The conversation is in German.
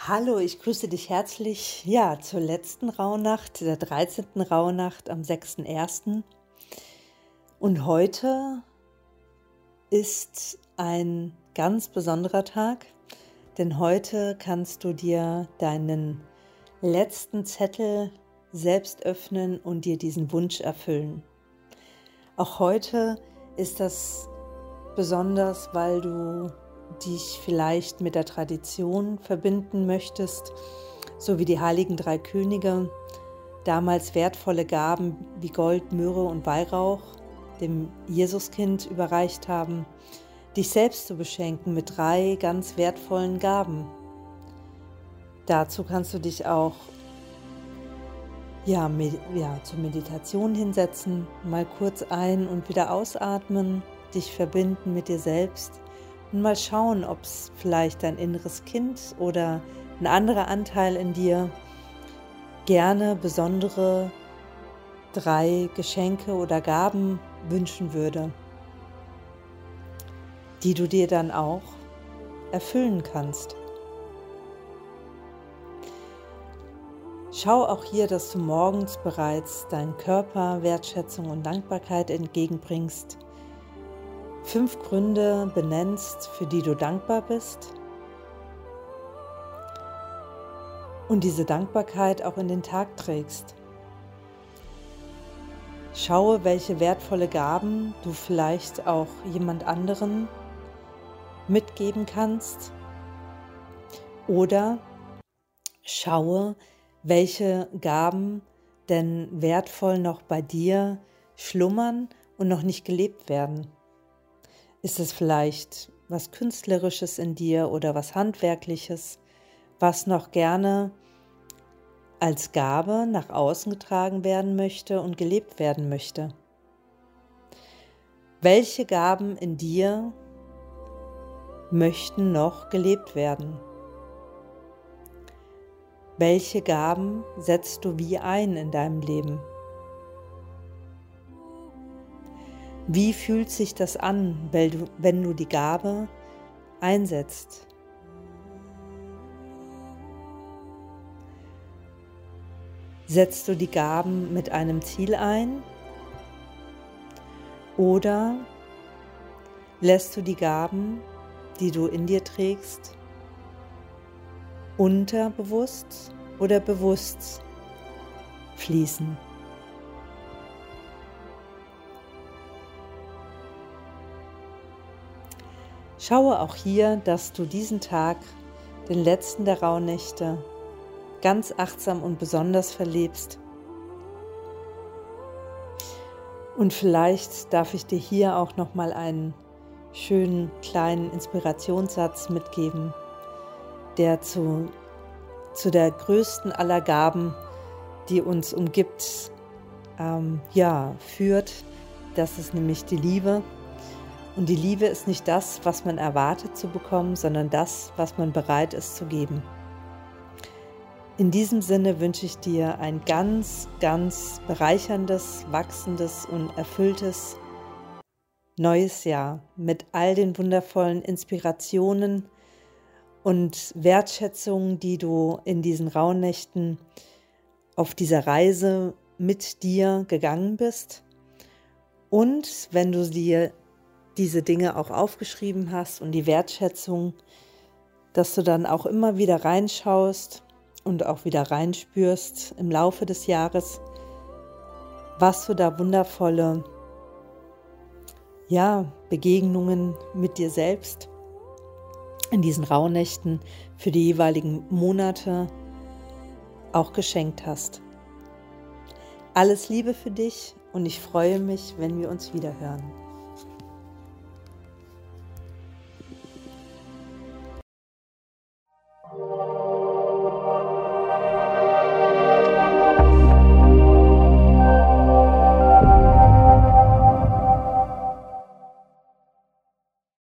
Hallo, ich grüße dich herzlich, ja, zur letzten Rauhnacht, der 13. Rauhnacht am 6.1. Und heute ist ein ganz besonderer Tag, denn heute kannst du dir deinen letzten Zettel selbst öffnen und dir diesen Wunsch erfüllen. Auch heute ist das besonders, weil du dich vielleicht mit der Tradition verbinden möchtest, so wie die heiligen drei Könige damals wertvolle Gaben wie Gold, Myrrhe und Weihrauch dem Jesuskind überreicht haben, dich selbst zu beschenken mit 3 ganz wertvollen Gaben. Dazu kannst du dich auch zur Meditation hinsetzen, mal kurz ein- und wieder ausatmen, dich verbinden mit dir selbst und mal schauen, ob es vielleicht dein inneres Kind oder ein anderer Anteil in dir gerne besondere 3 Geschenke oder Gaben wünschen würde, die du dir dann auch erfüllen kannst. Schau auch hier, dass du morgens bereits deinem Körper Wertschätzung und Dankbarkeit entgegenbringst, 5 Gründe benennst, für die du dankbar bist und diese Dankbarkeit auch in den Tag trägst. Schaue, welche wertvolle Gaben du vielleicht auch jemand anderen mitgeben kannst, oder schaue, welche Gaben denn wertvoll noch bei dir schlummern und noch nicht gelebt werden. Ist es vielleicht was Künstlerisches in dir oder was Handwerkliches, was noch gerne als Gabe nach außen getragen werden möchte und gelebt werden möchte? Welche Gaben in dir möchten noch gelebt werden? Welche Gaben setzt du wie ein in deinem Leben? Wie fühlt sich das an, wenn du die Gabe einsetzt? Setzt du die Gaben mit einem Ziel ein oder lässt du die Gaben, die du in dir trägst, unterbewusst oder bewusst fließen? Schaue auch hier, dass du diesen Tag, den letzten der Rauhnächte, ganz achtsam und besonders verlebst. Und vielleicht darf ich dir hier auch nochmal einen schönen kleinen Inspirationssatz mitgeben, der zu der größten aller Gaben, die uns umgibt, führt. Das ist nämlich die Liebe. Und die Liebe ist nicht das, was man erwartet zu bekommen, sondern das, was man bereit ist zu geben. In diesem Sinne wünsche ich dir ein ganz, ganz bereicherndes, wachsendes und erfülltes neues Jahr mit all den wundervollen Inspirationen und Wertschätzungen, die du in diesen Rauhnächten auf dieser Reise mit dir gegangen bist. Und wenn du dir diese Dinge auch aufgeschrieben hast und die Wertschätzung, dass du dann auch immer wieder reinschaust und auch wieder reinspürst im Laufe des Jahres, was du da wundervolle Begegnungen mit dir selbst in diesen Rauhnächten für die jeweiligen Monate auch geschenkt hast. Alles Liebe für dich und ich freue mich, wenn wir uns wieder hören.